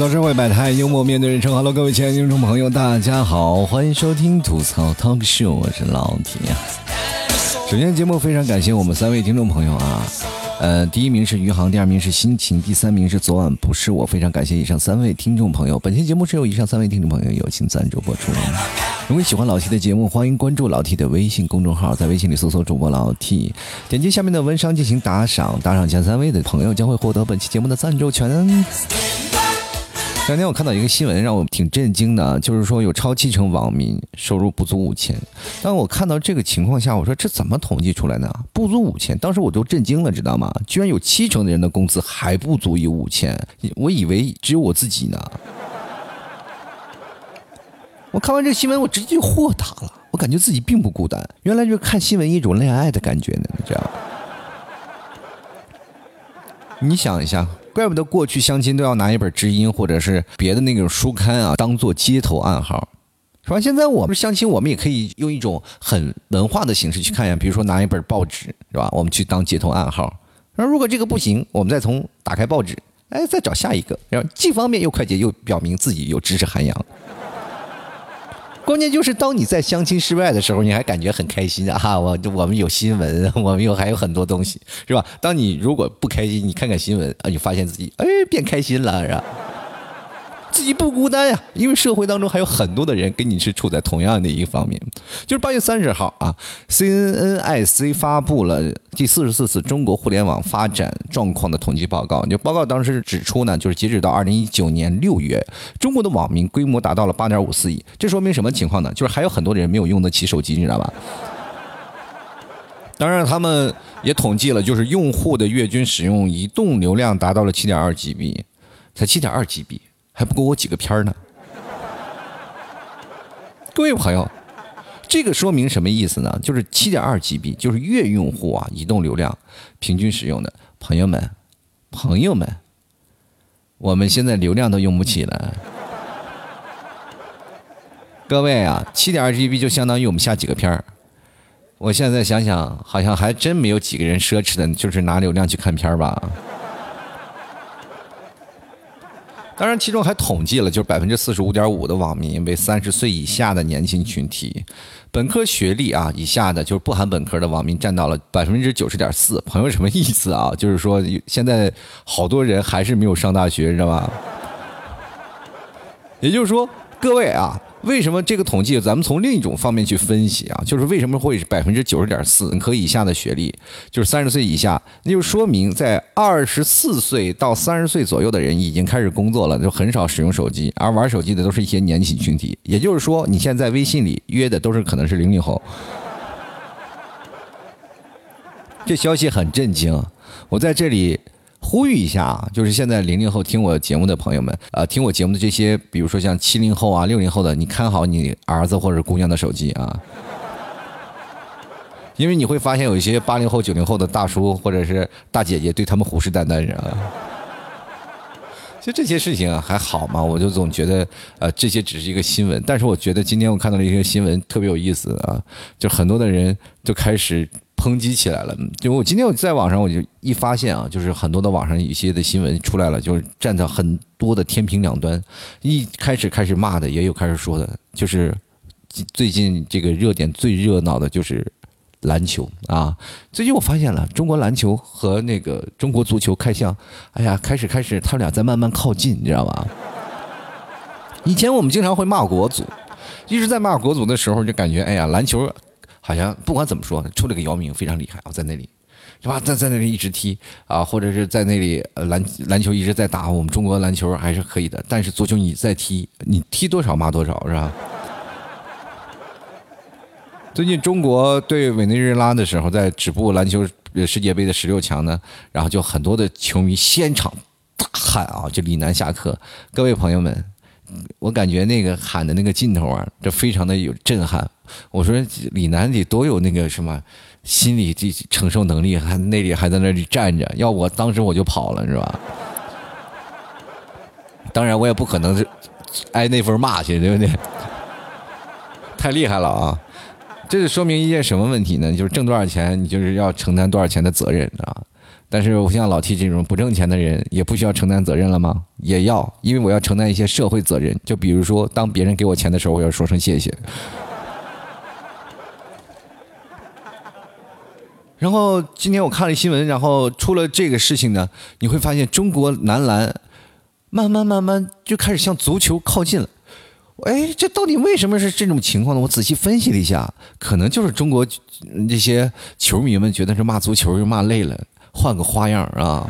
槽社会，百态幽默面对人生。Hello， 各位亲爱的听众朋友，大家好，欢迎收听吐槽 Talk Show， 我是老铁啊。首先，节目非常感谢我们3位听众朋友啊。第一名是余杭，第二名是心情，第三名是昨晚不是我。非常感谢以上3位听众朋友。本期节目是由以上3位听众朋友友情赞助播出。如果喜欢老 T 的节目，欢迎关注老 T 的微信公众号，在微信里搜索主播老 T， 点击下面的文章进行打赏，打赏前3位的朋友将会获得本期节目的赞助权。前天我看到一个新闻让我挺震惊的，就是说有超70%网民收入不足5000。当我看到这个情况下，我说这怎么统计出来呢？不足5000，当时我就震惊了，知道吗？居然有70%的人的工资还不足于5000，我以为只有我自己呢。我看完这个新闻，我直接就豁达了，我感觉自己并不孤单，原来就是看新闻一种恋爱的感觉呢，你知道吗？你想一下，怪不得过去相亲都要拿一本知音或者是别的那种书刊啊，当做街头暗号，是吧？现在我们相亲，我们也可以用一种很文化的形式去看一下，比如说拿一本报纸，是吧？我们去当街头暗号。然后如果这个不行，我们再从打开报纸，再找下一个，然后既方便又快捷，又表明自己有知识涵养。关键就是当你在相亲失败的时候，你还感觉很开心啊！我们有新闻，我们还有很多东西，是吧？当你如果不开心，你看看新闻啊，你发现自己变开心了，是吧？自己不孤单呀，因为社会当中还有很多的人跟你是处在同样的一个方面。就是8月30号啊 ，CNNIC 发布了第44次中国互联网发展状况的统计报告。就报告当时指出呢，就是截止到2019年6月，中国的网民规模达到了8.54亿。这说明什么情况呢？就是还有很多人没有用得起手机，你知道吧？当然，他们也统计了，就是用户的月均使用移动流量达到了7.2 GB， 才7.2 GB。还不够我几个片呢。各位朋友，这个说明什么意思呢？就是7.2 GB， 就是月用户啊，移动流量平均使用的。朋友们，我们现在流量都用不起了。各位啊，7.2 GB 就相当于我们下几个片儿。我现在想想，好像还真没有几个人奢侈的，就是拿流量去看片吧。当然，其中还统计了，就是 45.5% 的网民为30岁以下的年轻群体，本科学历啊以下的，就是不含本科的网民占到了 90.4%。朋友什么意思啊？就是说现在好多人还是没有上大学，知道吧？也就是说，各位啊，为什么这个统计咱们从另一种方面去分析啊？就是为什么会是 90.4% 本科以下的学历，就是30岁以下，那就说明在24岁到30岁左右的人已经开始工作了，就很少使用手机，而玩手机的都是一些年轻群体。也就是说，你现在微信里约的都是可能是00后。这消息很震惊，我在这里呼吁一下啊，就是现在00后听我节目的朋友们，听我节目的这些，比如说像70后啊、60后的，你看好你儿子或者姑娘的手机啊，因为你会发现有一些80后、90后的大叔或者是大姐姐对他们虎视眈眈啊。其实这些事情啊还好嘛，我就总觉得这些只是一个新闻，但是我觉得今天我看到了一个新闻特别有意思啊，就很多的人就开始抨击起来了。就我今天我在网上我就一发现啊，就是很多的网上一些的新闻出来了，就是站在很多的天平两端，一开始骂的，也有开始说的，就是最近这个热点最热闹的就是篮球啊。最近我发现了中国篮球和那个中国足球开始他们俩在慢慢靠近，你知道吧？以前我们经常会骂国足，一直在骂国足的时候就感觉篮球好像不管怎么说，出了个姚明非常厉害，在那里是吧？在那里一直踢啊，或者是在那里篮球一直在打，我们中国篮球还是可以的。但是足球你再踢，你踢多少骂多少，是吧？最近中国对委内瑞拉的时候，在止步篮球世界杯的16强呢，然后就很多的球迷现场大喊啊，就李楠下课。各位朋友们，我感觉那个喊的那个劲头啊，这非常的有震撼。我说李楠得多有那个什么心理承受能力，还那里还在那里站着，要我当时我就跑了，是吧？当然我也不可能挨那份骂去，对不对？太厉害了啊！这就说明一件什么问题呢？就是挣多少钱，你就是要承担多少钱的责任啊。 但是我像老 T 这种不挣钱的人，也不需要承担责任了吗？也要，因为我要承担一些社会责任。就比如说，当别人给我钱的时候，我要说声谢谢。然后今天我看了新闻，然后出了这个事情呢，你会发现中国男篮慢慢就开始向足球靠近了。哎，这到底为什么是这种情况呢？我仔细分析了一下，可能就是中国这些球迷们觉得是骂足球又骂累了，换个花样啊。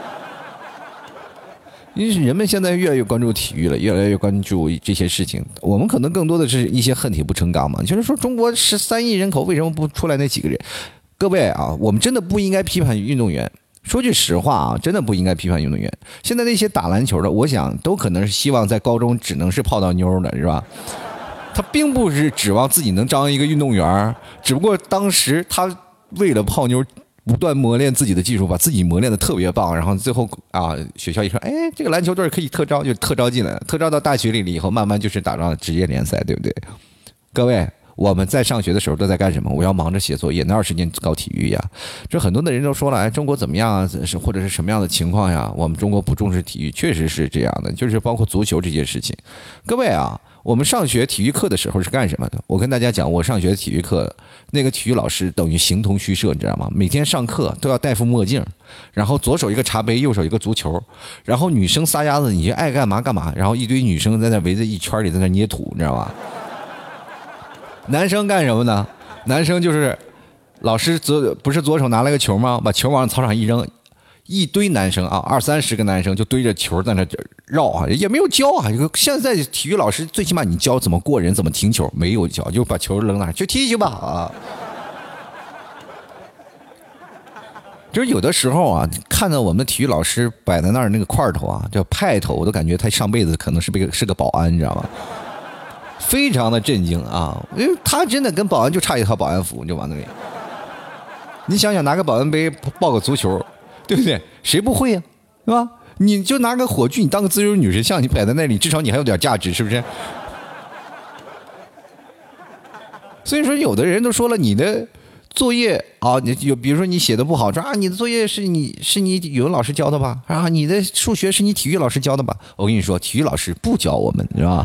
因为人们现在越来越关注体育了，越来越关注这些事情。我们可能更多的是一些恨铁不成钢嘛，就是说中国13亿人口为什么不出来那几个人？各位啊，我们真的不应该批判运动员。说句实话啊，真的不应该批判运动员。现在那些打篮球的，我想都可能是希望在高中只能是泡到妞的，是吧？他并不是指望自己能当一个运动员，只不过当时他为了泡妞，不断磨练自己的技术，把自己磨练的特别棒，然后最后啊，学校一说，哎，这个篮球队可以特招，就特招进来了，特招到大学里了以后，慢慢就是打上了职业联赛，对不对？各位。我们在上学的时候都在干什么？我要忙着写作业，哪有时间搞体育呀？这很多的人都说了，哎，中国怎么样啊？或者是什么样的情况呀？我们中国不重视体育，确实是这样的，就是包括足球这件事情。各位啊，我们上学体育课的时候是干什么的？我跟大家讲，我上学体育课那个体育老师等于形同虚设，你知道吗？每天上课都要戴副墨镜，然后左手一个茶杯，右手一个足球，然后女生撒丫子，你就爱干嘛干嘛，然后一堆女生在那围着一圈里在那捏土，你知道吧？男生干什么呢？男生就是老师不是左手拿了个球吗？把球往操场一扔，一堆男生啊，20-30个男生就堆着球在那绕啊，也没有教啊。现在体育老师最起码你教怎么过人，怎么停球，没有教，就把球扔那就踢去吧啊。就是有的时候啊，看到我们体育老师摆在那儿那个块头啊，叫派头，我都感觉他上辈子可能是个保安，你知道吗？非常的震惊啊！因为他真的跟保安就差一套保安服，就往那里。你想想，拿个保温杯抱个足球，对不对？谁不会呀、对吧？你就拿个火炬，你当个自由女神像，你摆在那里，至少你还有点价值，是不是？所以说，有的人都说了，你的作业啊，你比如说你写的不好，说啊，你的作业是你语文老师教的吧？啊，你的数学是你体育老师教的吧？我跟你说，体育老师不教我们，是吧？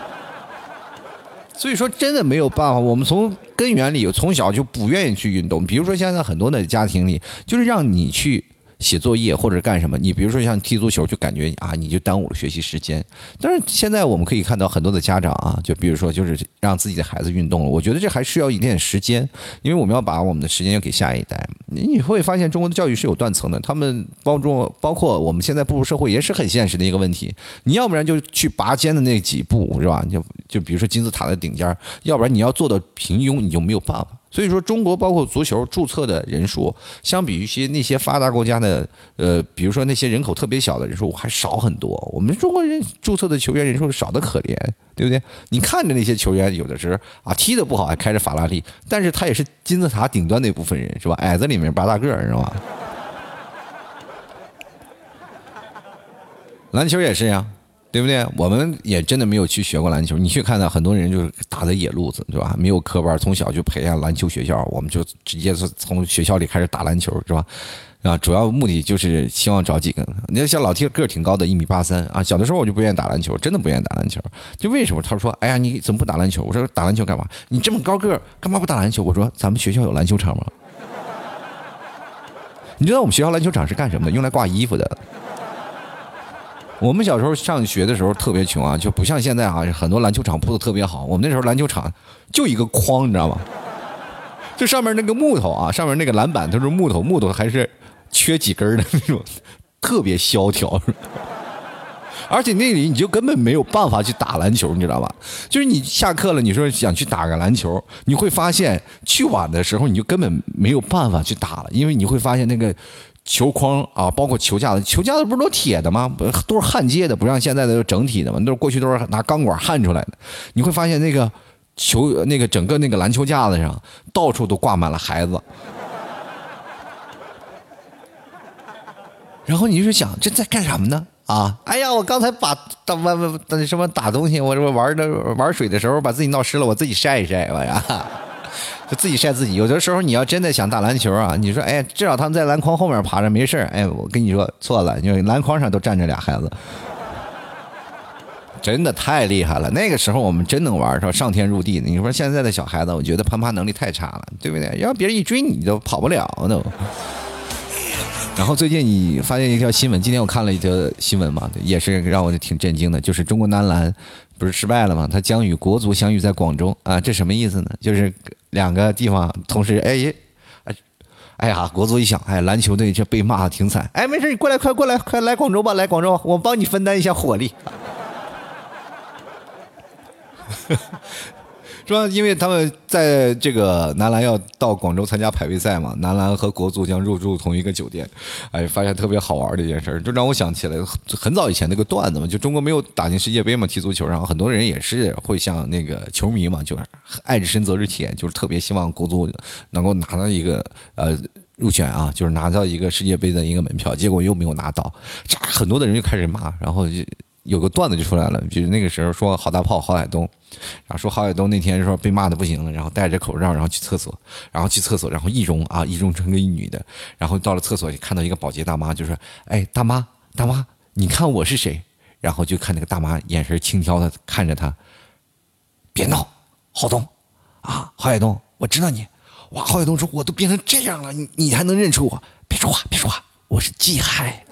所以说真的没有办法，我们从根源里从小就不愿意去运动。比如说现在很多的家庭里，就是让你去写作业或者干什么，你比如说像踢足球，就感觉啊你就耽误了学习时间。但是现在我们可以看到很多的家长啊，就比如说就是让自己的孩子运动了，我觉得这还需要一点时间，因为我们要把我们的时间要给下一代。你会发现中国的教育是有断层的，他们包括我们现在步入社会也是很现实的一个问题。你要不然就去拔尖的那几步，是吧？就比如说金字塔的顶尖，要不然你要做到平庸，你就没有办法。所以说，中国包括足球注册的人数，相比于那些发达国家的，比如说那些人口特别小的人数，还少很多。我们中国人注册的球员人数少得可怜，对不对？你看着那些球员，有的时候啊踢得不好，还开着法拉利，但是他也是金字塔顶端那部分人，是吧？矮子里面拔大个儿，是吧？篮球也是呀。对不对？我们也真的没有去学过篮球，你去看到很多人就是打的野路子，对吧？没有科班，从小就培养篮球学校，我们就直接是从学校里开始打篮球，是吧？啊，主要目的就是希望找几个。你看像老 T 个儿挺高的1.83米啊，小的时候我就不愿意打篮球，真的不愿意打篮球。就为什么？他说：“哎呀，你怎么不打篮球？”我说：“打篮球干嘛？你这么高个儿，干嘛不打篮球？”我说：“咱们学校有篮球场吗？”你知道我们学校篮球场是干什么的？用来挂衣服的。我们小时候上学的时候特别穷啊，就不像现在啊，很多篮球场铺的特别好。我们那时候篮球场就一个框，你知道吗？就上面那个木头啊，上面那个篮板都是木头还是缺几根的那种，特别萧条。而且那里你就根本没有办法去打篮球，你知道吧？就是你下课了，你说想去打个篮球，你会发现去晚的时候你就根本没有办法去打了，因为你会发现那个球框啊，包括球架子不是都铁的吗？都是焊接的，不像现在的整体的嘛，过去都是拿钢管焊出来的。你会发现那个整个那个篮球架子上到处都挂满了孩子。然后你就想这在干什么呢？啊！哎呀，我刚才打东西，我这玩水的时候把自己闹湿了，我自己晒一晒吧呀。 就自己晒自己。有的时候你要真的想打篮球啊，你说哎，至少他们在篮筐后面爬着没事，哎，我跟你说错了，因为篮筐上都站着俩孩子。真的太厉害了，那个时候我们真能玩，上天入地的。你说现在的小孩子，我觉得攀爬能力太差了，对不对？要别人一追你都跑不了都。然后最近你发现一条新闻，今天我看了一条新闻嘛，也是让我挺震惊的，就是中国男篮不是失败了吗？他将与国足相遇在广州啊，这什么意思呢？就是两个地方同时哎呀，国足一想，哎，篮球队这被骂的挺惨，哎，没事，你过来，快来广州吧，来广州，我帮你分担一下火力。是吧？因为他们在这个男篮要到广州参加排位赛嘛，男篮和国足将入住同一个酒店，哎，发现特别好玩的一件事，就让我想起来很早以前那个段子嘛，就中国没有打进世界杯嘛，踢足球，然后很多人也是会像那个球迷嘛，就是爱之深责之切，就是特别希望国足能够拿到一个入选啊，就是拿到一个世界杯的一个门票，结果又没有拿到，这很多的人就开始骂，然后就有个段子就出来了，就是那个时候说好大炮郝海东，然后说郝海东那天说被骂的不行了，然后戴着口罩，然后去厕所，然后易容成个一女的，然后到了厕所看到一个保洁大妈，就说：“哎，大妈，你看我是谁？”然后就看那个大妈眼神轻佻的看着他，别闹，郝东啊，郝海东，我知道你。哇，郝海东说：“我都变成这样了，你还能认出我？别说话，我是季海。”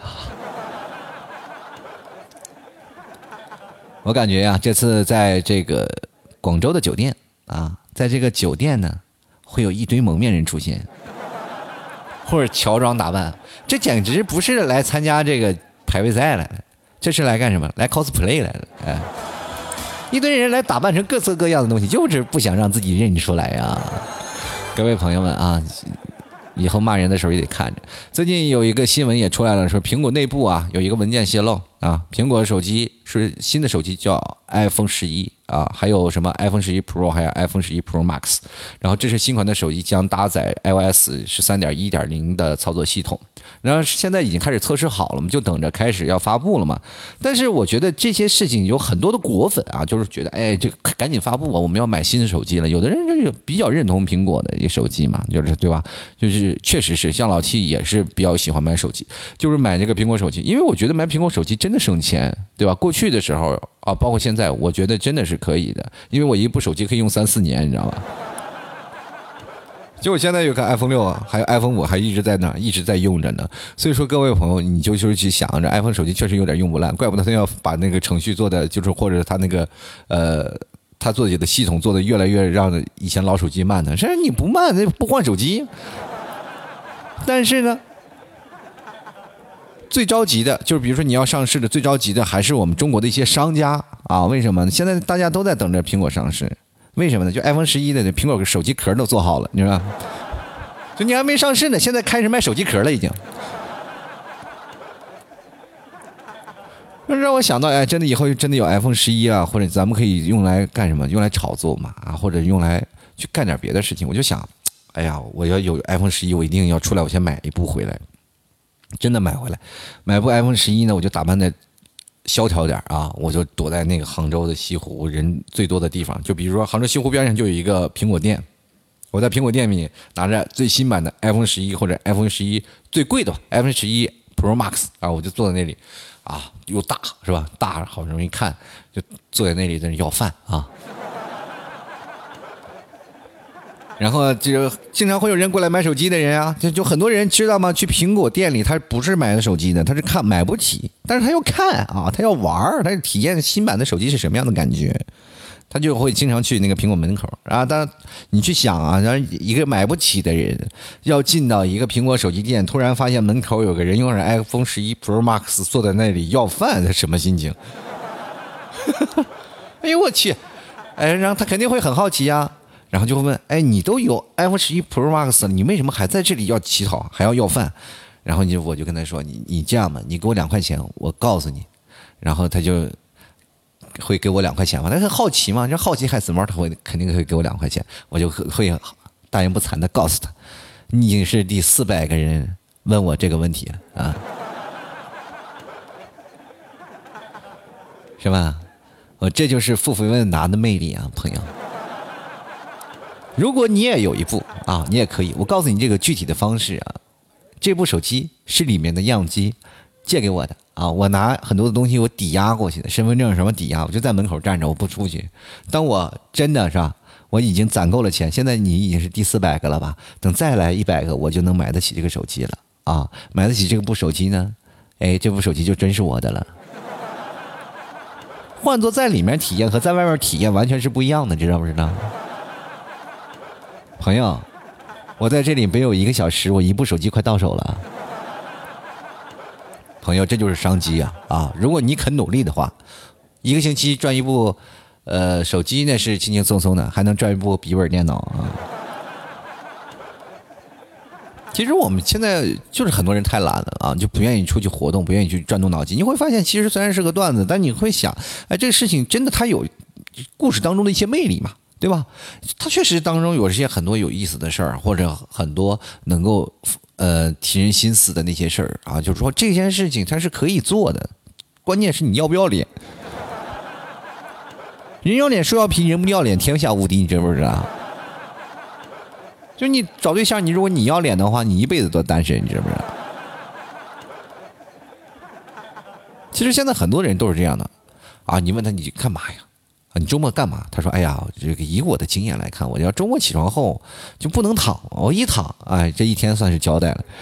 我感觉呀，这次在这个广州的酒店啊，在这个酒店呢，会有一堆蒙面人出现，或者乔装打扮，这简直不是来参加这个排位赛来的，这是来干什么？来 cosplay 来的，哎，一堆人来打扮成各色各样的东西，就是不想让自己认出来呀。各位朋友们啊，以后骂人的时候也得看着。最近有一个新闻也出来了，说苹果内部啊有一个文件泄露啊，苹果手机是新的手机叫 iPhone 11啊，还有什么 iPhone 11 Pro， 还有 iPhone 11 Pro Max， 然后这是新款的手机将搭载 iOS 13.1.0的操作系统，然后现在已经开始测试好了，我们就等着开始要发布了嘛。但是我觉得这些事情有很多的果粉啊，就是觉得哎，这赶紧发布啊，我们要买新的手机了。有的人就是比较认同苹果的一个手机嘛，就是对吧？就是确实是像老 T 也是比较喜欢买手机，就是买这个苹果手机，因为我觉得买苹果手机真的省钱，对吧？过去的时候啊，包括现在，我觉得真的是可以的，因为我一部手机可以用3-4年，你知道吧？结果现在有个 iPhone 6啊，还有 iPhone 5还一直在那一直在用着呢。所以说各位朋友，你就是去想着 iPhone 手机确实有点用不烂，怪不得他要把那个程序做的就是或者他那个他自己的系统做的越来越让以前老手机慢呢。甚至你不慢，那不换手机。但是呢，最着急的就是比如说你要上市的，最着急的还是我们中国的一些商家啊。为什么呢？现在大家都在等着苹果上市。为什么呢？就 iPhone 11的苹果手机壳都做好了，你知道吗？就你还没上市呢，现在开始卖手机壳了已经。让我想到，哎，真的以后真的有 iPhone 11啊，或者咱们可以用来干什么？用来炒作嘛，啊，或者用来去干点别的事情。我就想，哎呀，我要有 iPhone 11，我一定要出来，我先买一部回来，真的买回来，买部 iPhone 11呢，我就打扮的萧条点啊，我就躲在那个杭州的西湖人最多的地方，就比如说杭州西湖边上就有一个苹果店，我在苹果店里拿着最新版的 iPhone 11或者 iPhone 11最贵的 iPhone 11 Pro Max 啊，我就坐在那里啊，又大是吧？大好容易看，就坐在那里在那要饭啊。然后就经常会有人过来买手机的人啊，就很多人知道吗？去苹果店里他不是买的手机的，他是看买不起，但是他要看啊，他要玩，他要体验新版的手机是什么样的感觉，他就会经常去那个苹果门口啊。当然你去想啊，然后一个买不起的人要进到一个苹果手机店，突然发现门口有个人用着 iPhone 11 Pro Max 坐在那里要饭，他什么心情？哎呦我去！哎，然后他肯定会很好奇啊。然后就会问，哎，你都有 iPhone 11 Pro Max 了，你为什么还在这里要乞讨，还要饭？然后我就跟他说，你这样吧，你给我2块钱，我告诉你。然后他就会给我2块钱嘛，但是好奇嘛，这好奇害死猫，他肯定会给我2块钱，我就会大言不惭的告诉他，你已经是第400个人问我这个问题了啊，是吧？这就是付费问答的魅力啊，朋友。 如果你也有一部啊，你也可以，我告诉你这个具体的方式啊。这部手机是里面的样机借给我的啊，我拿很多的东西我抵押过去的，身份证什么抵押，我就在门口站着，我不出去。当我真的是吧，我已经攒够了钱，现在你已经是第400个了吧？等再来100个，我就能买得起这个手机了啊！买得起这部手机呢，哎，这部手机就真是我的了。换做在里面体验和在外面体验完全是不一样的，知道不知道？朋友，我在这里没有1个小时，我一部手机快到手了。朋友，这就是商机啊！如果你肯努力的话，1个星期赚一部，手机呢是轻轻松松的，还能赚一部笔记本电脑啊。其实我们现在就是很多人太懒了啊，就不愿意出去活动，不愿意去转动脑筋。你会发现，其实虽然是个段子，但你会想，哎，这个事情真的它有故事当中的一些魅力嘛，对吧？它确实当中有一些很多有意思的事儿，或者很多能够提人心思的那些事儿啊，就是说这件事情它是可以做的，关键是你要不要脸。人要脸，树要皮，人不要脸，天下无敌，你知不知道？就你找对象，如果你要脸的话，你一辈子都单身，你知不知道？其实现在很多人都是这样的啊，你问他你干嘛呀？啊，你周末干嘛？他说：“哎呀，这个以我的经验来看，我要周末起床后就不能躺，我一躺，哎，这一天算是交代了。”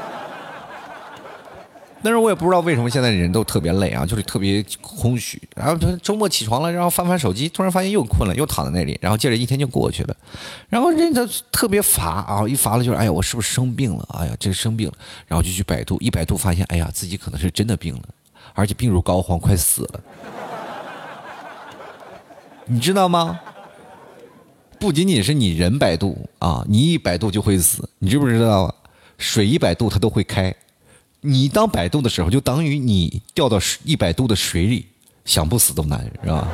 但是我也不知道为什么现在人都特别累啊，就是特别空虚。然后他周末起床了，然后翻翻手机，突然发现又困了，又躺在那里，然后接着一天就过去了。然后人他特别乏啊，一乏了就是哎呀，我是不是生病了？哎呀，这生病了，然后就去百度，一百度发现，哎呀，自己可能是真的病了，而且病入膏肓，快死了。你知道吗？不仅仅是你人百度啊，你一百度就会死，你知不知道啊？水100度它都会开。你当100度的时候，就等于你掉到100度的水里，想不死都难，是吧？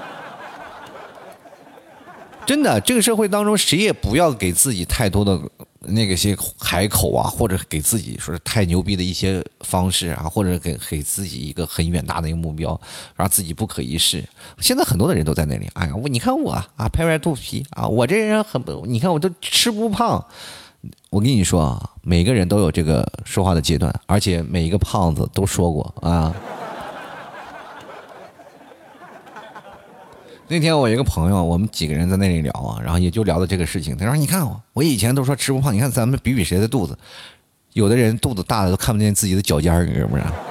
真的，这个社会当中，谁也不要给自己太多的那个些海口啊，或者给自己说是太牛逼的一些方式啊，或者给自己一个很远大的一个目标，让自己不可一世。现在很多的人都在那里，哎呀，你看我啊，拍拍肚皮啊，我这人很，你看我都吃不胖。我跟你说啊，每个人都有这个说话的阶段，而且每一个胖子都说过啊。那天我有一个朋友，我们几个人在那里聊啊，然后也就聊到这个事情。他说：“你看我以前都说吃不胖，你看咱们比谁的肚子，有的人肚子大的都看不见自己的脚尖，你知不知道？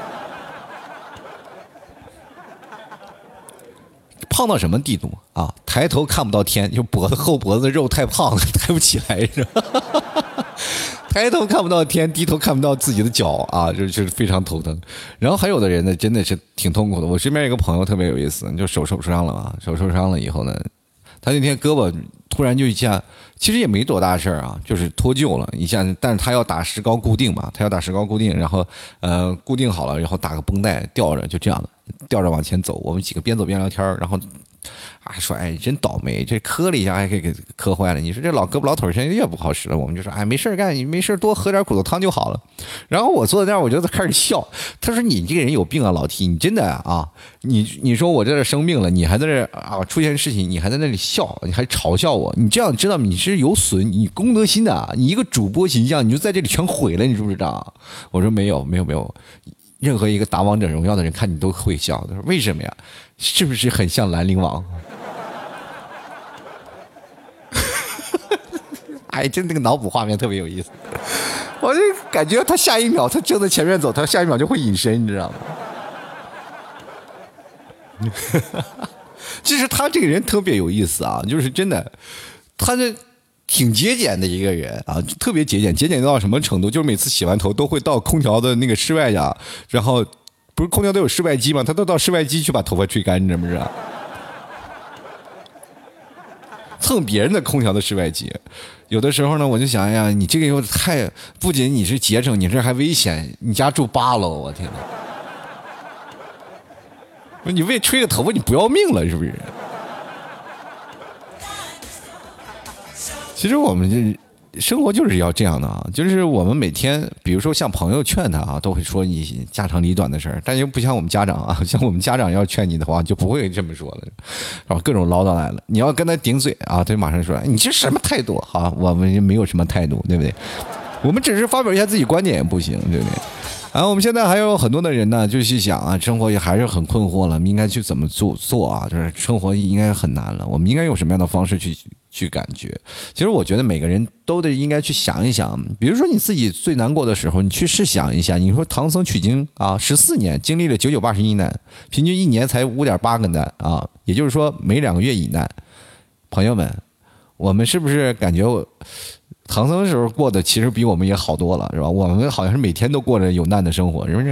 胖到什么地步啊？抬头看不到天，就后脖子的肉太胖了，抬不起来，是吧？抬头看不到天，低头看不到自己的脚啊，就是非常头疼。然后还有的人呢，真的是挺痛苦的。我身边有一个朋友特别有意思，就手受伤了嘛，手受伤了以后呢，他那天胳膊突然就一下，其实也没多大事儿啊，就是脱臼了一下，但是他要打石膏固定嘛，他要打石膏固定，然后固定好了，然后打个绷带吊着，就这样的吊着往前走。我们几个边走边聊天，然后说哎真倒霉，这磕了一下还给磕坏了。你说这老胳膊老腿现在越不好使了，我们就说哎没事干，你没事多喝点骨头汤就好了。然后我坐在那儿，我就开始笑。他说你这个人有病啊，老 T， 你真的啊，你说我在这生病了，你还在这啊出现事情，你还在那里笑，你还嘲笑我，你这样知道你是有损你公德心的啊，你一个主播形象你就在这里全毁了，你知不知道？我说没有。任何一个打王者荣耀的人看你都会笑。他说为什么呀？是不是很像兰陵王？哎，真那个脑补画面特别有意思。我就感觉他下一秒他正在前面走，他下一秒就会隐身，你知道吗？其实他这个人特别有意思啊，就是真的，他这挺节俭的一个人啊，特别节俭到什么程度？就是每次洗完头都会到空调的那个室外呀，然后不是空调都有室外机吗？他都到室外机去把头发吹干，你知不知道？蹭别人的空调的室外机。有的时候呢，我就想，哎呀，你这个又太不仅你是节省，你这还危险，你家住8楼，我天哪！你为吹个头发你不要命了是不是？其实我们这生活就是要这样的啊，就是我们每天，比如说像朋友劝他啊，都会说你家长里短的事儿，但又不像我们家长啊，像我们家长要劝你的话，就不会这么说了，然后各种唠叨来了，你要跟他顶嘴啊，他就马上说你这什么态度？好，我们没有什么态度，对不对？我们只是发表一下自己观点也不行，对不对？然后我们现在还有很多的人呢，就去想啊，生活也还是很困惑了，应该去怎么做啊？就是生活应该很难了，我们应该用什么样的方式去感觉？其实我觉得每个人都得应该去想一想，比如说你自己最难过的时候，你去试想一下，你说唐僧取经啊，14年经历了9981难，平均1年才5.8个难啊，也就是说每2个月1难。朋友们，我们是不是感觉唐僧的时候过得其实比我们也好多了，是吧？我们好像是每天都过着有难的生活，是不是？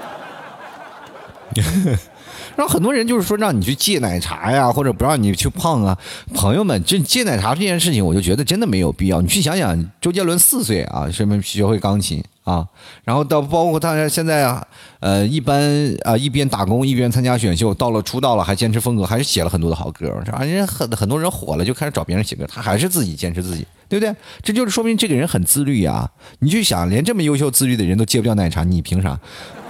然后很多人就是说让你去戒奶茶呀，或者不让你去胖啊。朋友们，这戒奶茶这件事情，我就觉得真的没有必要。你去想想，周杰伦4岁啊，什么学会钢琴啊，然后到包括他现在啊，一边打工一边参加选秀，到了出道了还坚持风格，还是写了很多的好歌。人家很多人火了就开始找别人写歌，他还是自己坚持自己，对不对？这就是说明这个人很自律啊。你去想，连这么优秀自律的人都戒不掉奶茶，你凭啥？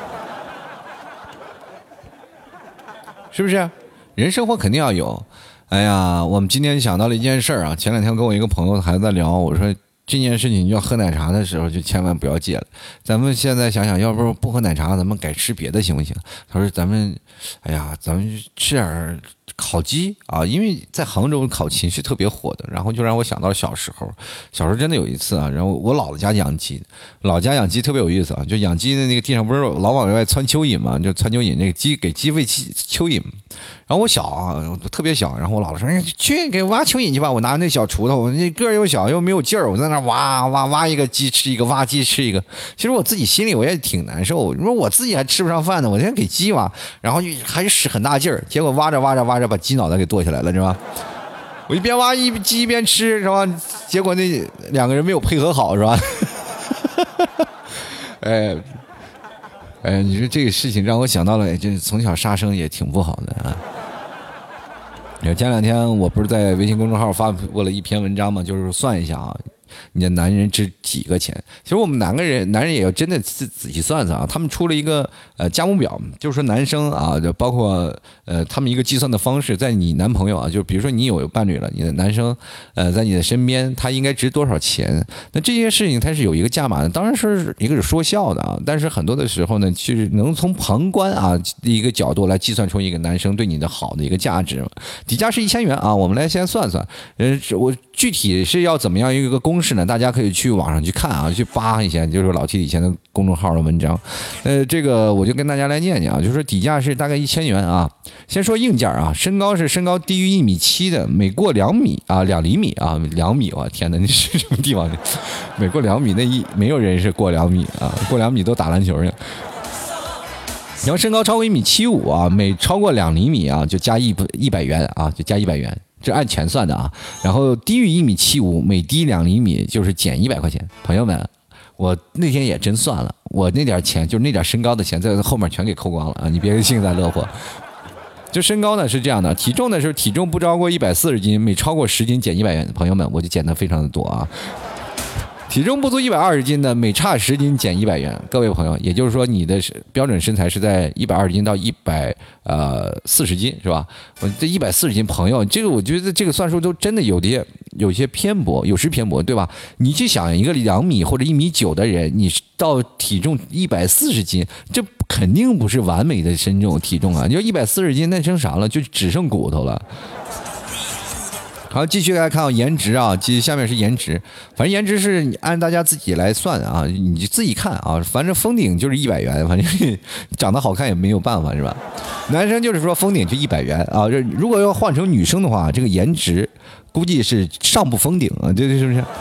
是不是？人生活肯定要有。哎呀，我们今天想到了一件事儿啊，前2天跟我一个朋友还在聊，我说这件事情要喝奶茶的时候就千万不要戒了。咱们现在想想，要不喝奶茶，咱们改吃别的行不行？他说咱们吃点烤鸡啊，因为在杭州烤鸡是特别火的，然后就让我想到了小时候真的有一次啊，然后我姥姥家养鸡，特别有意思啊，就养鸡的那个地上不是老往外窜蚯蚓嘛，就窜蚯蚓，那个鸡给鸡喂蚯蚓，然后我小啊，特别小，然后我姥姥说去给挖蚯蚓去吧，我拿那小锄头，我那个儿又小又没有劲儿，我在那挖一个鸡吃一个，挖鸡吃一个，其实我自己心里我也挺难受，你说我自己还吃不上饭呢，我现在给鸡挖，然后还是使很大劲儿，结果挖着把鸡脑袋给剁下来了，是吧？我一边挖鸡一边吃，是吧？结果那2个人没有配合好，是吧？你说这个事情让我想到了，这从小杀生也挺不好的啊。前2天我不是在微信公众号发布了一篇文章嘛，就是算一下啊，你的男人值几个钱？其实我们男人也要真的仔细算算啊。他们出了一个价目表，就是说男生啊，就包括他们一个计算的方式，在你男朋友啊，就比如说你有伴侣了，你的男生在你的身边，他应该值多少钱？那这些事情它是有一个价码的，当然是一个是说笑的啊，但是很多的时候呢，其实能从旁观啊一个角度来计算出一个男生对你的好的一个价值。底价是1000元啊，我们来先算算，我具体是要怎么样一个公式呢？大家可以去网上去看啊，去扒一下，就是老 T 以前的公众号的文章。这个我就跟大家来念念啊，就是说底价是大概1000元啊。先说硬件啊，身高低于1.7米的，每过2米啊，2厘米啊，2米，我天哪，那是什么地方？每过2米，没有人是过2米啊，过2米都打篮球去。然后身高超过1.75米啊，每超过2厘米啊，就加100元啊，就加100元，这按钱算的啊。然后低于1.75米，每低2厘米就是减100块钱。朋友们，我那天也真算了，我那点钱就是那点身高的钱，在后面全给扣光了啊！你别幸灾乐祸。就身高呢是这样的，体重呢是体重不超过140斤，每超过10斤减100元。朋友们，我就减的非常的多啊。体重不足120斤的，每差10斤减100元。各位朋友，也就是说你的标准身材是在120斤到140斤，是吧？我这140斤，朋友，这个我觉得这个算术都真的有些偏颇，有时偏颇，对吧？你去想一个2米或者1.9米的人，你到体重140斤，这肯定不是完美的身重体重啊！你说140斤，那剩啥了？就只剩骨头了。好，继续来看颜值啊，下面是颜值，反正颜值是按大家自己来算啊，你就自己看啊，反正封顶就是100元，反正长得好看也没有办法，是吧？男生就是说封顶就100元啊，如果要换成女生的话，这个颜值估计是上不封顶啊，这是不是？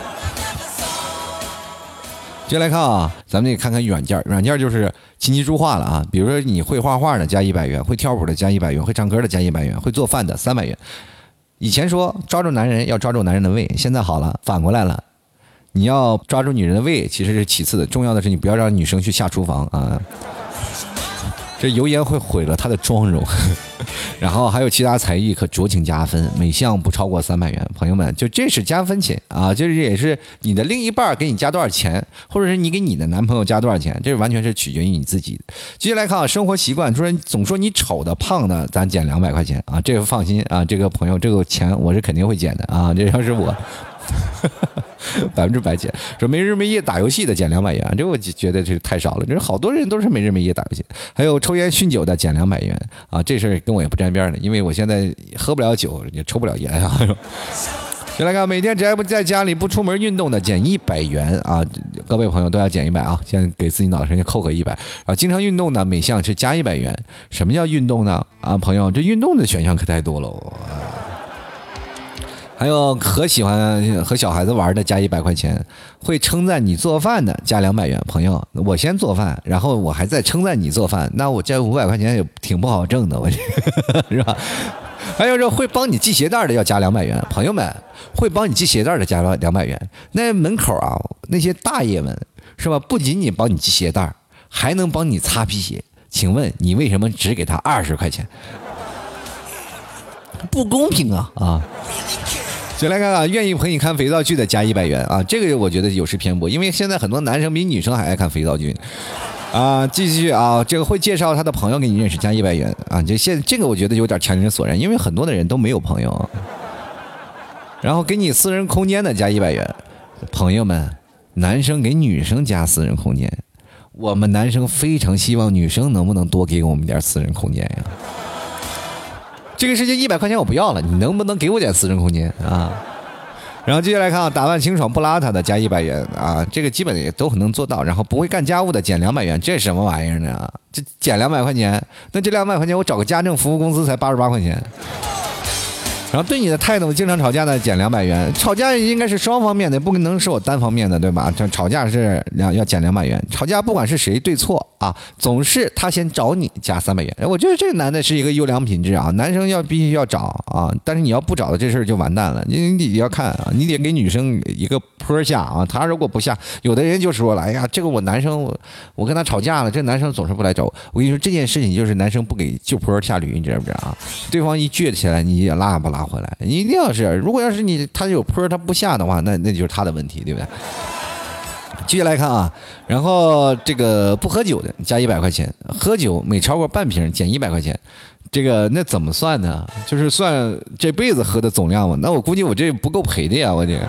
接下来看啊，咱们得看看软件就是琴棋书画了啊，比如说你会画画的加100元，会跳舞的加100元，会唱歌的加100元，会做饭的300元。以前说抓住男人要抓住男人的胃，现在好了，反过来了，你要抓住女人的胃其实是其次的，重要的是你不要让女生去下厨房啊。 这油盐会毁了他的妆容。然后还有其他才艺可酌情加分，每项不超过300元。朋友们，就这是加分钱啊，就是也是你的另一半给你加多少钱，或者是你给你的男朋友加多少钱，这完全是取决于你自己的。接下来看啊，生活习惯，总说你丑的胖的，咱减200块钱啊，这个放心啊，这个朋友这个钱我是肯定会减的啊，这要是我。100%减，说没日没夜打游戏的减200元，这我觉得这太少了。这好多人都是没日没夜打游戏，还有抽烟酗酒的减200元啊，这事儿跟我也不沾边的，因为我现在喝不了酒，也抽不了烟啊。先来看，每天只要不在家里不出门运动的减100元啊，各位朋友都要减100啊，先给自己脑袋上扣个100啊。经常运动的每项是加100元。什么叫运动呢？啊，朋友，这运动的选项可太多了。还有喜欢和小孩子玩的加100块钱，会称赞你做饭的加200元。朋友，我先做饭，然后我还在称赞你做饭，那我这500块钱也挺不好挣的，我是吧？还有说会帮你系鞋带的要加200元。朋友们，会帮你系鞋带的加200元。那门口啊，那些大爷们是吧？不仅仅帮你系鞋带，还能帮你擦皮鞋。请问你为什么只给他20块钱？不公平啊！先来看看，愿意陪你看肥皂剧的加100元啊，这个我觉得有失偏颇，因为现在很多男生比女生还爱看肥皂剧啊。继续啊，这个会介绍他的朋友给你认识加100元啊，这个我觉得有点强人所难，因为很多的人都没有朋友。然后给你私人空间的加100元，朋友们，男生给女生加私人空间，我们男生非常希望女生能不能多给我们点私人空间呀？这个世界100块钱我不要了，你能不能给我点私人空间啊？然后接下来看啊，打扮清爽不邋遢的加100元啊，这个基本也都很能做到。然后不会干家务的减200元，这什么玩意儿呢？这减200块钱，那这200块钱我找个家政服务公司才88块钱。然后对你的态度经常吵架的减200元，吵架应该是双方面的，不能是我单方面的，对吧？这吵架是要减200元，吵架不管是谁对错啊，总是他先找你加300元。我觉得这个男的是一个优良品质啊，男生必须要找啊，但是你要不找的这事儿就完蛋了，你要看啊，你得给女生一个坡下啊，他如果不下，有的人就说了，哎呀，这个我男生我跟他吵架了，这男生总是不来找我。我跟你说这件事情就是男生不给就坡下驴，你知道不知道啊？对方一倔起来，你也拉不拉回来？你一定要是，如果要是他有坡他不下的话，那就是他的问题，对不对？继续来看啊，然后这个不喝酒的加100块钱，喝酒每超过半瓶减100块钱，这个那怎么算呢？就是算这辈子喝的总量嘛？那我估计我这不够赔的呀，我这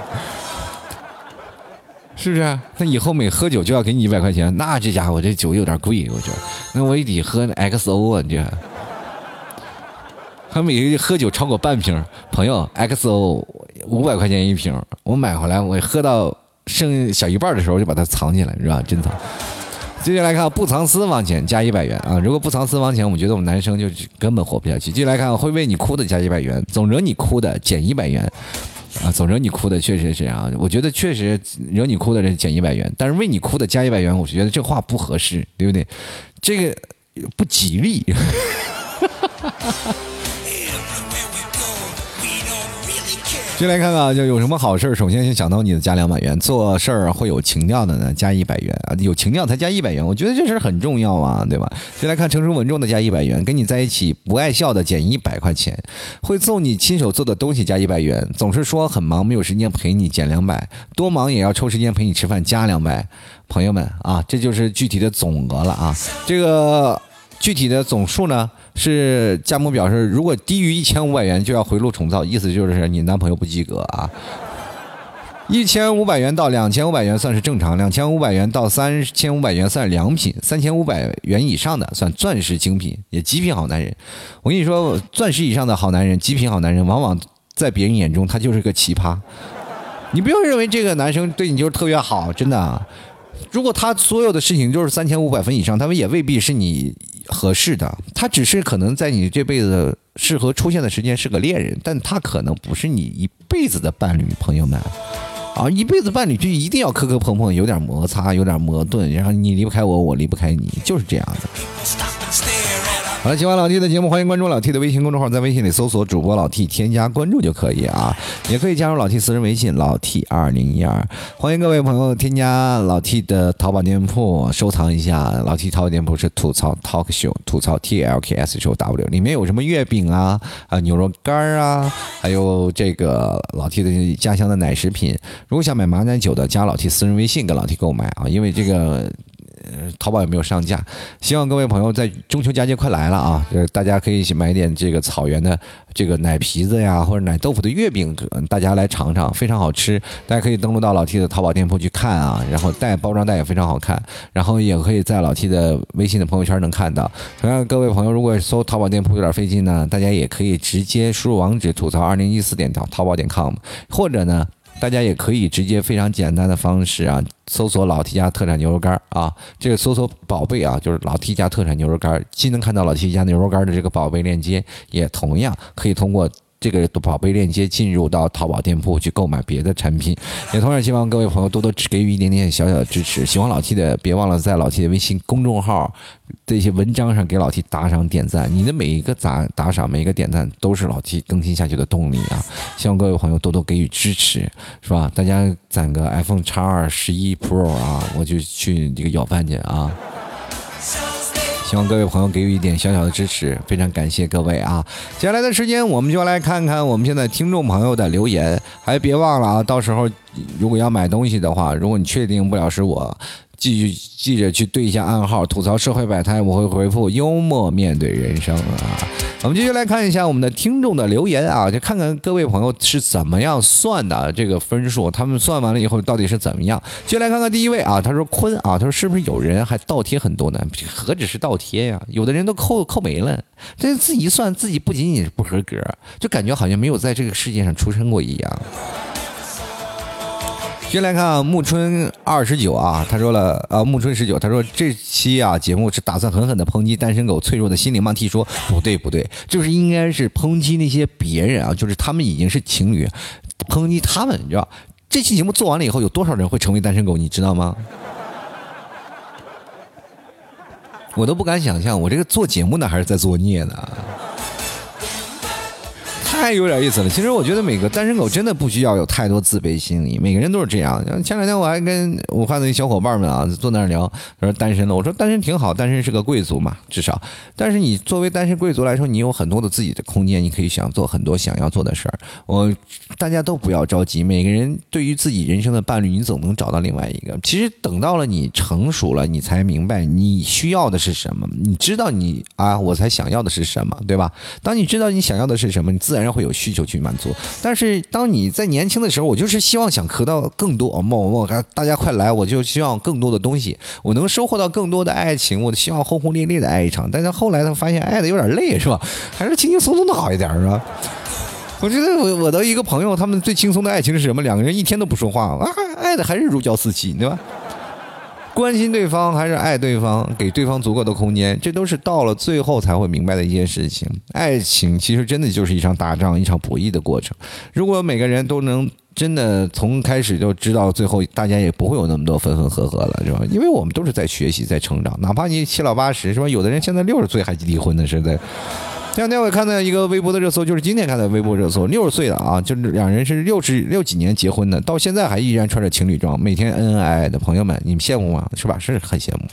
是不是？那以后每喝酒就要给你100块钱，那这家伙这酒有点贵，我觉得，那我也得喝 XO 啊，这。他每喝酒超过半瓶，朋友 XO 500块钱一瓶，我买回来我喝到剩小一半的时候就把它藏起来，是吧？珍藏。接下来看不藏私房钱加100元啊！如果不藏私房钱，我们觉得我们男生就根本活不下去。接下来看会为你哭的加100元，总惹你哭的减100元啊！总惹你哭的确实是啊，我觉得确实惹你哭的人减100元，但是为你哭的加100元，我觉得这话不合适，对不对？这个不吉利。先来看看就有什么好事，首先先想到你的加200元，做事儿会有情调的呢加100元啊，有情调才加100元，我觉得这事很重要啊，对吧？先来看成熟稳重的加100元，跟你在一起不爱笑的减100块钱，会送你亲手做的东西加100元，总是说很忙没有时间陪你减200，多忙也要抽时间陪你吃饭加200。朋友们啊，这就是具体的总额了啊，这个具体的总数呢？是家母表示，如果低于1500元就要回炉重造，意思就是你男朋友不及格啊。1500元到2500元算是正常，2500元到3500元算是良品，3500元以上的算钻石精品，也极品好男人。我跟你说，钻石以上的好男人，极品好男人，往往在别人眼中他就是个奇葩。你不要认为这个男生对你就是特别好，真的啊。如果他所有的事情就是3500分以上，他们也未必是你合适的，他只是可能在你这辈子适合出现的时间是个恋人，但他可能不是你一辈子的伴侣。朋友们啊，一辈子伴侣就一定要磕磕碰碰，有点摩擦，有点矛盾，然后你离不开我，我离不开你，就是这样的。 好了，喜欢老 T 的节目，欢迎关注老 T 的微信公众号，在微信里搜索主播老 T， 添加关注就可以啊，也可以加入老 T 私人微信老 T2012。欢迎各位朋友添加老 T 的淘宝店铺，收藏一下。老 T 淘宝店铺是吐槽 Talk Show， 吐槽 TLKS Show W， 里面有什么月饼啊、牛肉干啊，还有这个老 T 的家乡的奶食品。如果想买马奶酒的，加老 T 私人微信跟老 T 购买啊，因为这个。淘宝也没有上架，希望各位朋友在中秋佳节快来了啊，大家可以一起买点这个草原的这个奶皮子呀，或者奶豆腐的月饼，大家来尝尝，非常好吃。大家可以登录到老 T 的淘宝店铺去看啊，然后包装袋也非常好看，然后也可以在老 T 的微信的朋友圈能看到。同样，各位朋友如果搜淘宝店铺有点费劲呢，大家也可以直接输入网址吐槽2014.淘宝.com， 或者呢。大家也可以直接非常简单的方式啊，搜索老 T 家特产牛肉干啊，这个搜索宝贝啊，就是老 T 家特产牛肉干，既能看到老 T 家牛肉干的这个宝贝链接，也同样可以通过这个宝贝链接进入到淘宝店铺去购买别的产品，也同样希望各位朋友多多给予一点点小小的支持。喜欢老 T 的，别忘了在老 T 的微信公众号这些文章上给老 T 打赏点赞，你的每一个打赏，每一个点赞都是老 T 更新下去的动力啊！希望各位朋友多多给予支持，是吧？大家攒个 iPhone X2 11 Pro 啊，我就去这个要饭去啊！希望各位朋友给予一点小小的支持，非常感谢各位啊！接下来的时间，我们就来看看我们现在听众朋友的留言，还别忘了啊，到时候如果要买东西的话，如果你确定不了是我，记着去对一下暗号，吐槽社会百态，我会回复幽默面对人生啊！我们继续来看一下我们的听众的留言啊，就看看各位朋友是怎么样算的这个分数，他们算完了以后到底是怎么样？就来看看第一位啊，他说坤啊，他说是不是有人还倒贴很多呢？何止是倒贴呀，有的人都扣没了，这自己一算自己不仅仅是不合格，就感觉好像没有在这个世界上出生过一样。先来看木春29啊，他说了木春19，他说这期啊节目是打算狠狠的抨击单身狗脆弱的心灵吗？ T 说不对，就是应该是抨击那些别人啊，就是他们已经是情侣，抨击他们，你知道这期节目做完了以后有多少人会成为单身狗，你知道吗？我都不敢想象，我这个做节目呢还是在作孽呢？太有点意思了。其实我觉得每个单身狗真的不需要有太多自卑心理，每个人都是这样。前两天我还跟武汉的小伙伴们啊坐那儿聊，说单身了，我说单身挺好，单身是个贵族嘛，至少。但是你作为单身贵族来说，你有很多的自己的空间，你可以想做很多想要做的事儿。大家都不要着急，每个人对于自己人生的伴侣，你总能找到另外一个。其实等到了你成熟了，你才明白你需要的是什么，你知道我才想要的是什么，对吧？当你知道你想要的是什么，你自然会有需求去满足。但是当你在年轻的时候，我就是希望想得到更多，大家快来，我就希望更多的东西，我能收获到更多的爱情，我希望轰轰烈烈的爱一场。但是后来他发现爱的有点累，是吧？还是轻轻松松的好一点，是吧？我觉得我的一个朋友，他们最轻松的爱情是什么？两个人一天都不说话啊，爱的还是如胶似漆，对吧？关心对方还是爱对方，给对方足够的空间，这都是到了最后才会明白的一件事情。爱情其实真的就是一场打仗，一场博弈的过程。如果每个人都能真的从开始就知道最后，大家也不会有那么多分分合合了，是吧？因为我们都是在学习，在成长。哪怕你7老80，是吧？有的人现在60岁还离婚呢，是在。前两天我看到一个微博的热搜，就是今天看的微博热搜，60岁了啊，就是两人是60几年结婚的，到现在还依然穿着情侣装，每天恩恩爱爱的。朋友们，你们羡慕吗？是吧？是很羡慕。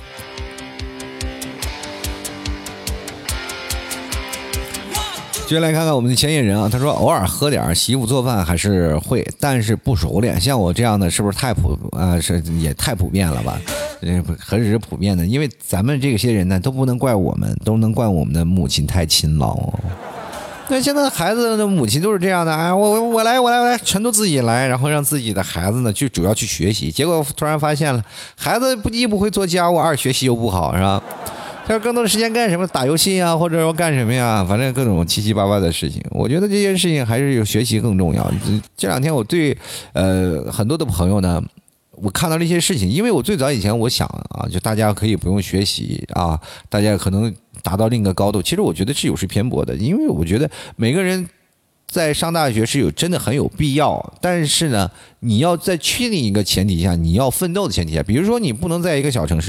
接下来看看我们的前野人啊，他说偶尔喝点，媳妇做饭还是会，但是不熟练。像我这样的，是不是也太普遍了吧？何止是普遍的，因为咱们这些人呢，都不能怪我们，都能怪我们的母亲太勤劳。那现在孩子的母亲都是这样的啊，我来，全都自己来，然后让自己的孩子呢，就主要去学习。结果突然发现了，孩子一不会做家务，二学习又不好，是吧？他更多的时间干什么？打游戏啊，或者说干什么呀？反正各种七七八八的事情。我觉得这件事情还是有学习更重要。这两天我对很多的朋友呢，我看到了一些事情，因为我最早以前我想啊，就大家可以不用学习啊，大家可能达到另一个高度。其实我觉得是有失偏颇的，因为我觉得每个人在上大学是真的很有必要，但是呢，你要在确定一个前提下，你要奋斗的前提下，比如说你不能在一个小城市里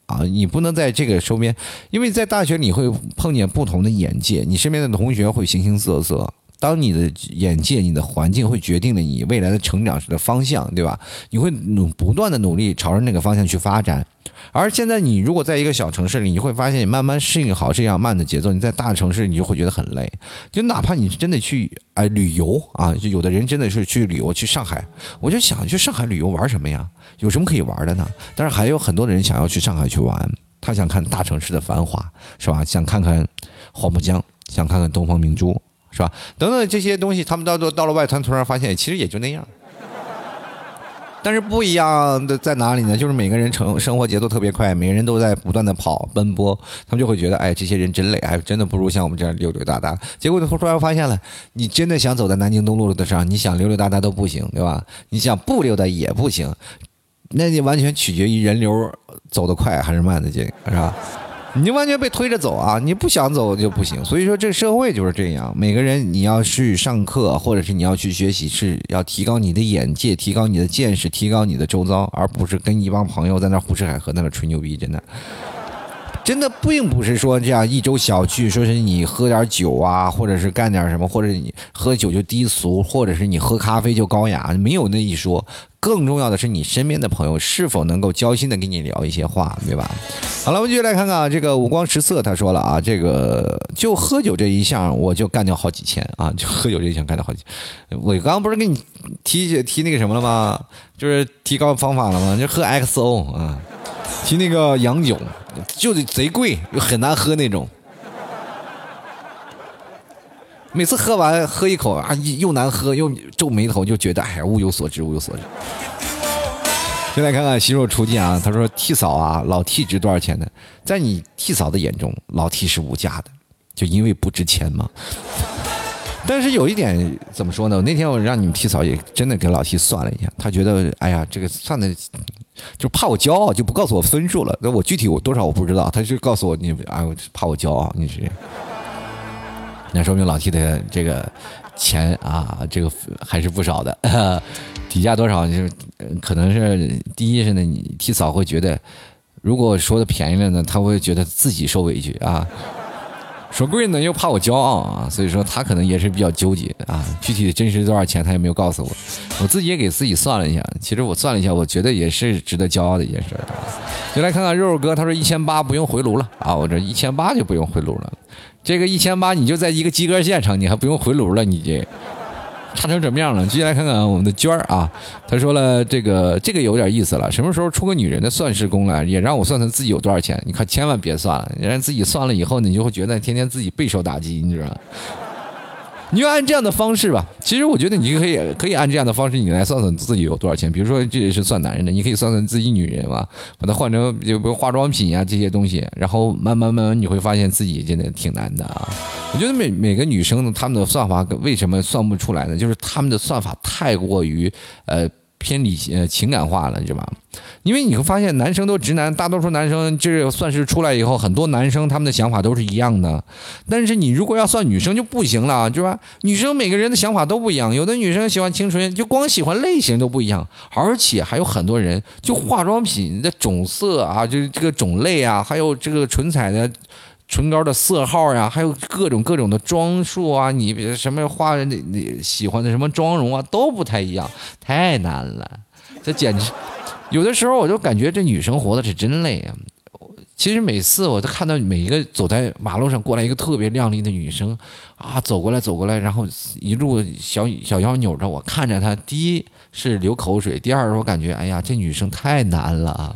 啊，你不能在这个周边，因为在大学你会碰见不同的眼界，你身边的同学会形形色色。当你的眼界、你的环境会决定了你未来的成长的方向，对吧？你会不断的努力朝着那个方向去发展。而现在你如果在一个小城市里，你会发现你慢慢适应好这样慢的节奏，你在大城市你就会觉得很累。就哪怕你真的去旅游啊，就有的人真的是去旅游，去上海，我就想去上海旅游玩什么呀？有什么可以玩的呢？但是还有很多的人想要去上海去玩，他想看大城市的繁华，是吧？想看看黄浦江，想看看东方明珠，是吧？等等这些东西，他们到了外滩，突然发现其实也就那样。但是不一样的在哪里呢？就是每个人生活节奏特别快，每个人都在不断的跑奔波，他们就会觉得，哎，这些人真累，哎，真的不如像我们这样溜溜达达。结果突然发现了，你真的想走在南京东路的上，你想溜溜达达都不行，对吧？你想不溜达也不行，那你完全取决于人流走得快还是慢的，这个是吧？你完全被推着走啊！你不想走就不行。所以说，这个社会就是这样。每个人你要去上课，或者是你要去学习，是要提高你的眼界，提高你的见识，提高你的周遭，而不是跟一帮朋友在那胡吃海喝，在那吹牛逼。真的并不是说这样一周小聚，说是你喝点酒啊，或者是干点什么，或者你喝酒就低俗，或者是你喝咖啡就高雅，没有那一说。更重要的是你身边的朋友是否能够交心的跟你聊一些话，对吧？好了，我们继续来看看啊，这个五光十色他说了啊，这个就喝酒这一项我就干掉好几千啊，就喝酒这一项干掉好几千。我刚刚不是跟你提那个什么了吗？就是提高方法了吗？就喝 XO 啊，提那个洋酒，就贼贵又很难喝那种。每次喝完喝一口啊，又难喝又皱眉头，就觉得哎呀物有所值，物有所值。就来看看心若初见啊，他说替嫂啊，老替值多少钱呢？在你替嫂的眼中，老替是无价的，就因为不值钱嘛。但是有一点怎么说呢？那天我让你们替嫂也真的给老替算了一下，他觉得哎呀这个算的就怕我骄傲，就不告诉我分数了。那我具体我多少我不知道，他就告诉我你啊怕我骄傲，你是。那说明老 T 的这个钱啊，这个还是不少的，底价多少就是可能是第一是呢，你 T 嫂会觉得，如果说的便宜了呢，他会觉得自己受委屈啊；说贵呢又怕我骄傲啊，所以说他可能也是比较纠结啊。具体的真实多少钱他也没有告诉我，我自己也给自己算了一下，其实我算了一下，我觉得也是值得骄傲的一件事。就来看看肉肉哥，他说1800不用回炉了啊，我这1800就不用回炉了。这个1800你就在一个及格线上，你还不用回炉了，你这差成什么样了？接下来看看我们的娟儿啊，他说了这个有点意思了，什么时候出个女人的算式工来，也让我算算自己有多少钱？你看千万别算了，让自己算了以后，你就会觉得天天自己备受打击，你知道吗？你就按这样的方式吧，其实我觉得你可以按这样的方式，你来算算自己有多少钱。比如说这是算男人的，你可以算算自己女人嘛，把它换成就比如化妆品啊这些东西，然后慢慢你会发现自己真的挺难的啊。我觉得每个女生呢，她们的算法为什么算不出来呢？就是她们的算法太过于偏理情感化了，你知道吧？因为你会发现男生都直男，大多数男生这算是出来以后，很多男生他们的想法都是一样的。但是你如果要算女生就不行了，对吧？女生每个人的想法都不一样，有的女生喜欢清纯，就光喜欢类型都不一样，而且还有很多人就化妆品的种色啊，就是这个种类啊，还有这个唇彩的唇膏的色号呀，还有各种的装束啊，你什么画你喜欢的什么妆容啊，都不太一样，太难了。这简直有的时候我就感觉这女生活的是真累啊。其实每次我都看到每一个走在马路上过来一个特别靓丽的女生啊，走过来，然后一路小腰扭着，我看着她，第一是流口水，第二是我感觉哎呀这女生太难了啊，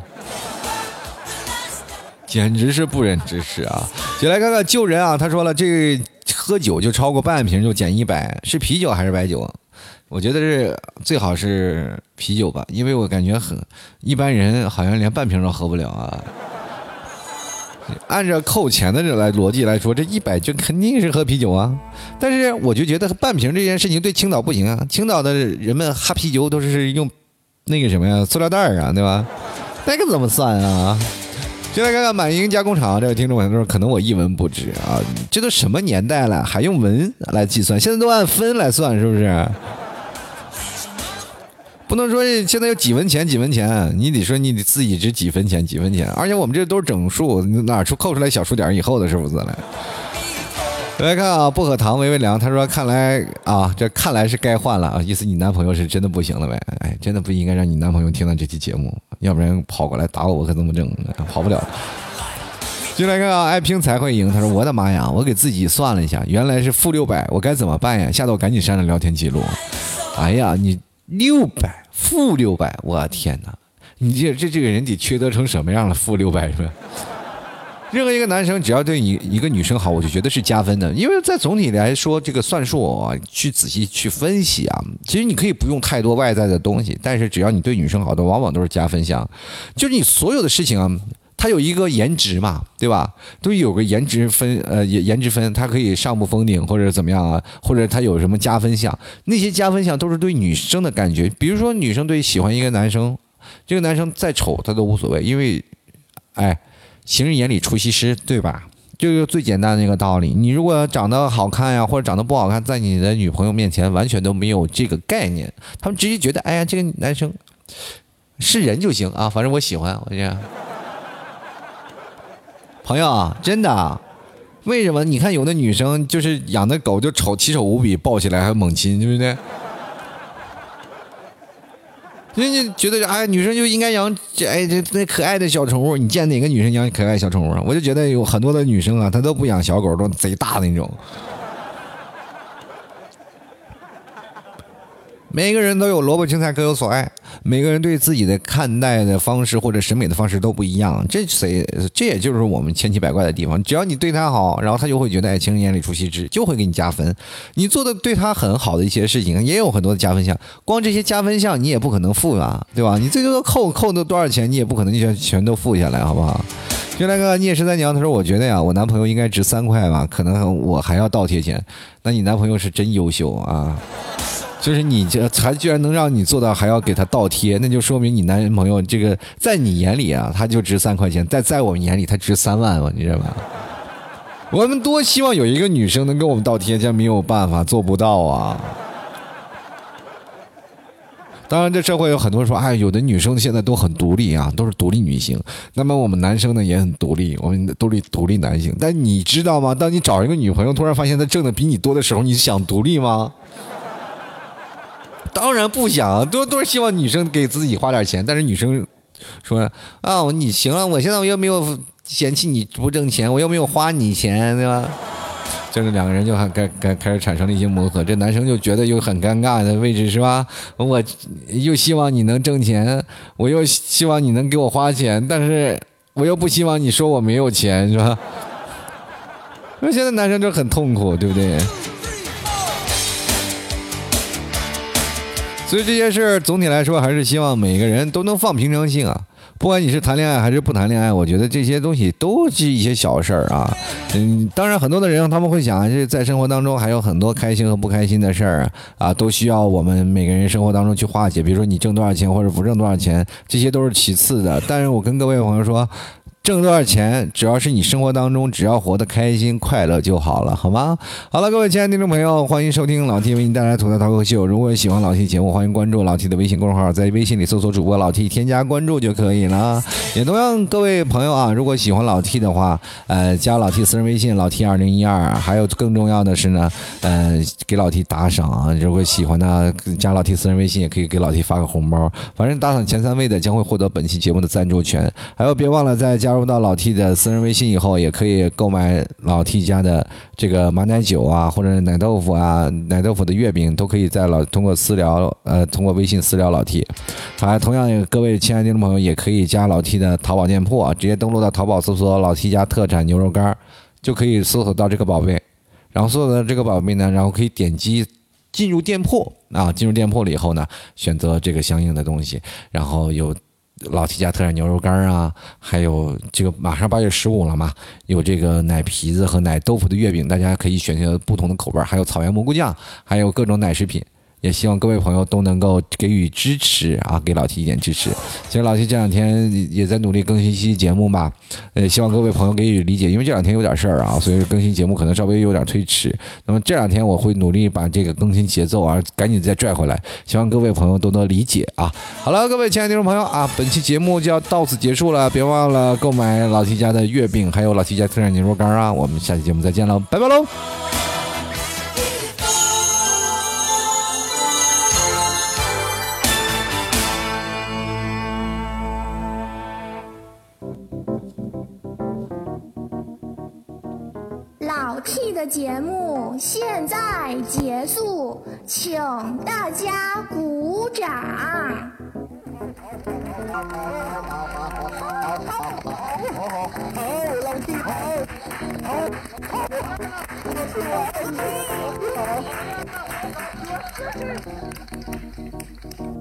简直是不忍直视啊！就来看看救人啊，他说了，这喝酒就超过半瓶就减100，是啤酒还是白酒？我觉得是最好是啤酒吧，因为我感觉一般人好像连半瓶都喝不了啊。按照扣钱的逻辑来说，这100就肯定是喝啤酒啊。但是我就觉得半瓶这件事情对青岛不行啊，青岛的人们哈啤酒都是用那个什么呀，塑料袋啊，对吧？那个怎么算啊？就来看看满英加工厂，这位听众朋友说，可能我一文不值啊，这都什么年代了，还用文来计算？现在都按分来算，是不是？不能说现在有几分钱，你得说你得自己值几分钱，而且我们这都是整数，哪出扣出来小数点以后的是不是来？来看啊，薄荷糖微微凉，他说看来是该换了啊，意思你男朋友是真的不行了呗？哎，真的不应该让你男朋友听到这期节目，要不然跑过来打我可怎么整？跑不了。就来看啊，爱拼才会赢。他说我的妈呀，我给自己算了一下，原来是负600，我该怎么办呀？吓得我赶紧删了聊天记录。哎呀，你负600，我天哪！你这个人得缺德成什么样了？负600是吧？任何一个男生只要对一个女生好，我就觉得是加分的。因为在总体来说，这个算术啊，去仔细去分析啊，其实你可以不用太多外在的东西，但是只要你对女生好的，往往都是加分项。就是你所有的事情啊，它有一个颜值嘛，对吧？都有个颜值分，颜值分，它可以上不封顶或者怎么样啊，或者它有什么加分项，那些加分项都是对女生的感觉。比如说女生对喜欢一个男生，这个男生再丑她都无所谓，因为，情人眼里出西施，对吧？这个最简单的一个道理。你如果长得好看呀，或者长得不好看，在你的女朋友面前完全都没有这个概念，他们直接觉得，哎呀，这个男生是人就行啊，反正我喜欢，我这样。朋友，真的，为什么？你看有的女生就是养的狗就奇丑无比，抱起来还猛亲，对不对？人家觉得女生就应该养这可爱的小宠物。你见哪个女生养可爱小宠物？我就觉得有很多的女生啊，她都不养小狗，都贼大的那种。每个人都有萝卜青菜各有所爱，每个人对自己的看待的方式或者审美的方式都不一样，这也就是我们千奇百怪的地方。只要你对他好，然后他就会觉得情人眼里出西施，就会给你加分。你做的对他很好的一些事情，也有很多的加分项，光这些加分项你也不可能付啊，对吧？你最多扣的多少钱，你也不可能全都付下来，好不好？就那个你也是在娘，他说我觉得呀，我男朋友应该值3块吧，可能我还要倒贴钱。那你男朋友是真优秀啊！就是你这还居然能让你做到还要给他倒贴，那就说明你男朋友这个在你眼里啊，他就值3块钱，在我们眼里他值3万嘛，你知道吧？我们多希望有一个女生能跟我们倒贴，但没有办法，做不到啊。当然，这社会有很多人说，有的女生现在都很独立啊，都是独立女性。那么我们男生呢也很独立，我们独立男性。但你知道吗？当你找一个女朋友，突然发现她挣的比你多的时候，你想独立吗？当然不想，都是希望女生给自己花点钱。但是女生说你行了，我现在我又没有嫌弃你不挣钱，我又没有花你钱，对吧？就是两个人就开始产生了一些磨合，这男生就觉得有很尴尬的位置，是吧？我又希望你能挣钱，我又希望你能给我花钱，但是我又不希望你说我没有钱，是吧？那现在男生就很痛苦，对不对？所以这些事儿总体来说还是希望每个人都能放平常心啊，不管你是谈恋爱还是不谈恋爱，我觉得这些东西都是一些小事儿啊。当然很多的人他们会想，在生活当中还有很多开心和不开心的事儿啊，都需要我们每个人生活当中去化解。比如说你挣多少钱或者不挣多少钱，这些都是其次的。但是我跟各位朋友说，挣多少钱，只要是你生活当中只要活得开心快乐就好了，好吗？好了，各位亲爱的听众朋友，欢迎收听老 T 为您带来吐槽脱口秀。如果喜欢老 T 节目，欢迎关注老 T 的微信公众号，在微信里搜索主播老 T， 添加关注就可以了。也同样，各位朋友啊，如果喜欢老 T 的话，加老 T 私人微信老 T 2012，还有更重要的是呢，给老 T 打赏啊。如果喜欢呢，加老 T 私人微信也可以给老 T 发个红包，反正打赏前3位的将会获得本期节目的赞助权。还有别忘了在加入到老 T 的私人微信以后，也可以购买老 T 家的这个马奶酒啊，或者奶豆腐啊，奶豆腐的月饼都可以在通过微信私聊老 T。同样各位亲爱的听众朋友，也可以加老 T 的淘宝店铺啊，直接登录到淘宝搜索老 T 家特产牛肉干，就可以搜索到这个宝贝。然后搜索到这个宝贝呢，然后可以点击进入店铺啊，进入店铺了以后呢，选择这个相应的东西，然后有老 T 家特产牛肉干啊，还有这个马上8月15了嘛，有这个奶皮子和奶豆腐的月饼，大家可以选择不同的口味，还有草原蘑菇酱，还有各种奶食品。 也希望各位朋友都能够给予支持啊，给老 T 一点支持。其实老 T 这2天也在努力更新一期节目嘛，希望各位朋友给予理解，因为这2天有点事儿啊，所以更新节目可能稍微有点推迟。那么这2天我会努力把这个更新节奏啊赶紧再拽回来，希望各位朋友都能理解啊。好了，各位亲爱的听众朋友啊，本期节目就要到此结束了，别忘了购买老 T 家的月饼，还有老 T 家特产牛肉干啊，我们下期节目再见喽，拜拜喽。 老 T 的节目现在结束，请大家鼓掌。好，